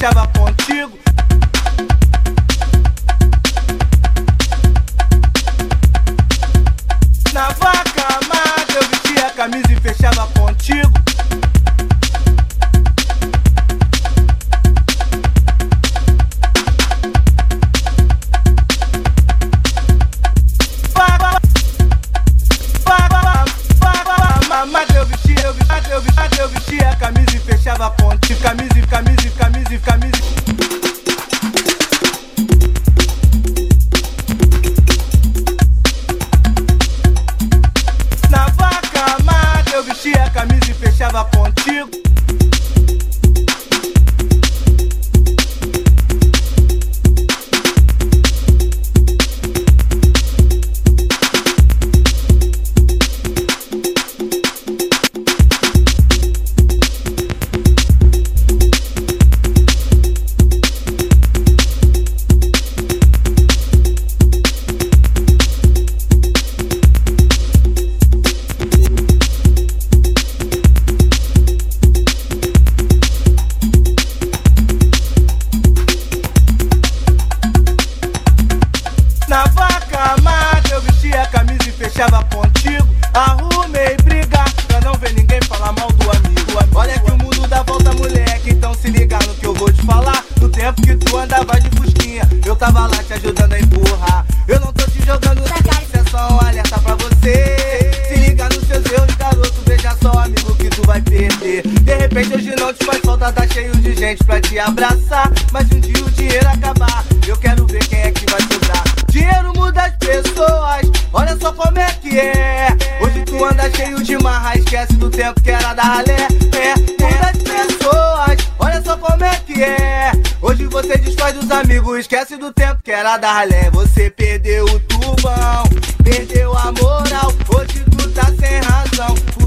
fechava contigo. Na vaca amada eu vestia a camisa e fechava contigo. Eu vestia a camisa e fechava contigo. Camisa. Na vaca amada eu vestia a camisa e fechava contigo. Na vaca amada eu vestia a camisa e fechava contigo. Arrumei briga pra não ver ninguém falar mal do amigo. Olha que o mundo dá volta, moleque, então se liga no que eu vou te falar. No tempo que tu andava de fusquinha, eu tava lá te ajudando a empurrar. Eu não tô te jogando na cara, isso é só um alerta pra você. Se liga nos seus erros, garoto, veja só, amigo, que tu vai perder. De repente hoje não te faz falta, tá cheio de gente pra te abraçar. Mas um dia o dinheiro acabar, eu quero ver quem é que vai sobrar. Dinheiro muda as pessoas, olha só como é que é. Hoje tu anda cheio de marra, esquece do tempo que era da ralé. Muda as pessoas, olha só como é que é. Hoje você desfaz dos amigos, esquece do tempo que era da ralé. Você perdeu o tubão, perdeu a moral, hoje tu tá sem razão.